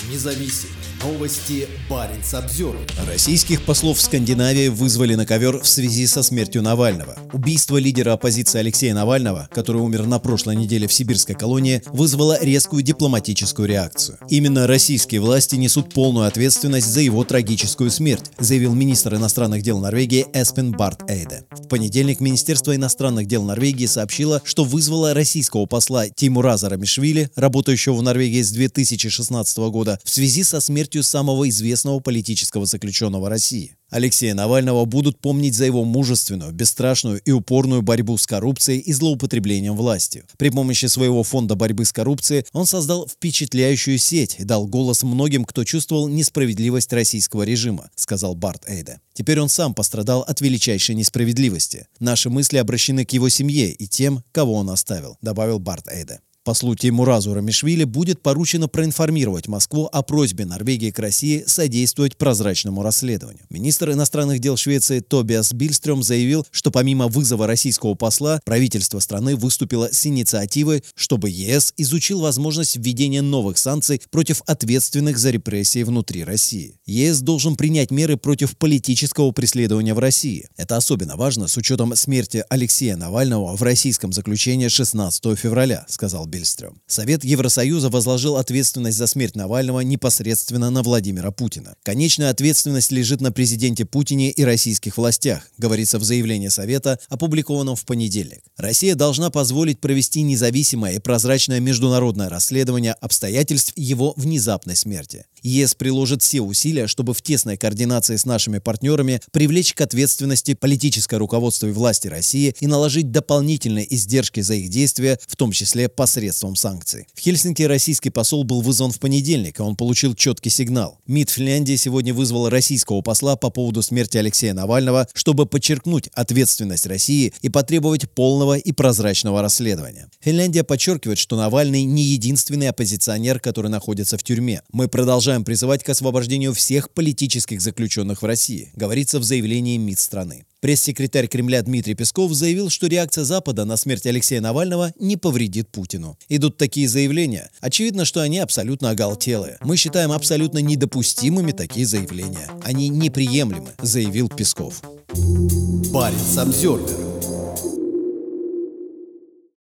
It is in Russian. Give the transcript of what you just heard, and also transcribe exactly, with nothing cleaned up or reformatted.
независим. Новости Баренц-Обзервер. Российских послов в Скандинавии вызвали на ковер в связи со смертью Навального. Убийство лидера оппозиции Алексея Навального, который умер на прошлой неделе в сибирской колонии, вызвало резкую дипломатическую реакцию. Именно российские власти несут полную ответственность за его трагическую смерть, заявил министр иностранных дел Норвегии Эспен Барт Эйде. В понедельник Министерство иностранных дел Норвегии сообщило, что вызвало российского посла Теймураза Рамишвили, работающего в Норвегии с две тысячи шестнадцатого года, в связи со смертью самого известного политического заключенного России. Алексея Навального будут помнить за его мужественную, бесстрашную и упорную борьбу с коррупцией и злоупотреблением властью. При помощи своего фонда борьбы с коррупцией он создал впечатляющую сеть и дал голос многим, кто чувствовал несправедливость российского режима, сказал Барт Эйде. Теперь он сам пострадал от величайшей несправедливости. Наши мысли обращены к его семье и тем, кого он оставил, добавил Барт Эйде. Послу Теймуразу Рамишвили будет поручено проинформировать Москву о просьбе Норвегии к России содействовать прозрачному расследованию. Министр иностранных дел Швеции Тобиас Бильстрём заявил, что помимо вызова российского посла, правительство страны выступило с инициативой, чтобы ЕС изучил возможность введения новых санкций против ответственных за репрессии внутри России. ЕС должен принять меры против политического преследования в России. Это особенно важно с учетом смерти Алексея Навального в российском заключении шестнадцатого февраля, сказал Бильстрём. Совет Евросоюза возложил ответственность за смерть Навального непосредственно на Владимира Путина. Конечная ответственность лежит на президенте Путине и российских властях, говорится в заявлении Совета, опубликованном в понедельник. Россия должна позволить провести независимое и прозрачное международное расследование обстоятельств его внезапной смерти. ЕС приложит все усилия, чтобы в тесной координации с нашими партнерами привлечь к ответственности политическое руководство и власти России и наложить дополнительные издержки за их действия, в том числе посредством санкций. В Хельсинки российский посол был вызван в понедельник, и он получил четкий сигнал. МИД Финляндии сегодня вызвал российского посла по поводу смерти Алексея Навального, чтобы подчеркнуть ответственность России и потребовать полного и прозрачного расследования. Финляндия подчеркивает, что Навальный не единственный оппозиционер, который находится в тюрьме. Мы продолжаем призывать к освобождению всех политических заключенных в России, говорится в заявлении МИД страны. Пресс-секретарь Кремля Дмитрий Песков заявил, что реакция Запада на смерть Алексея Навального не повредит Путину. Идут такие заявления. Очевидно, что они абсолютно оголтелые. Мы считаем абсолютно недопустимыми такие заявления. Они неприемлемы, заявил Песков. Баренц-Обзервер.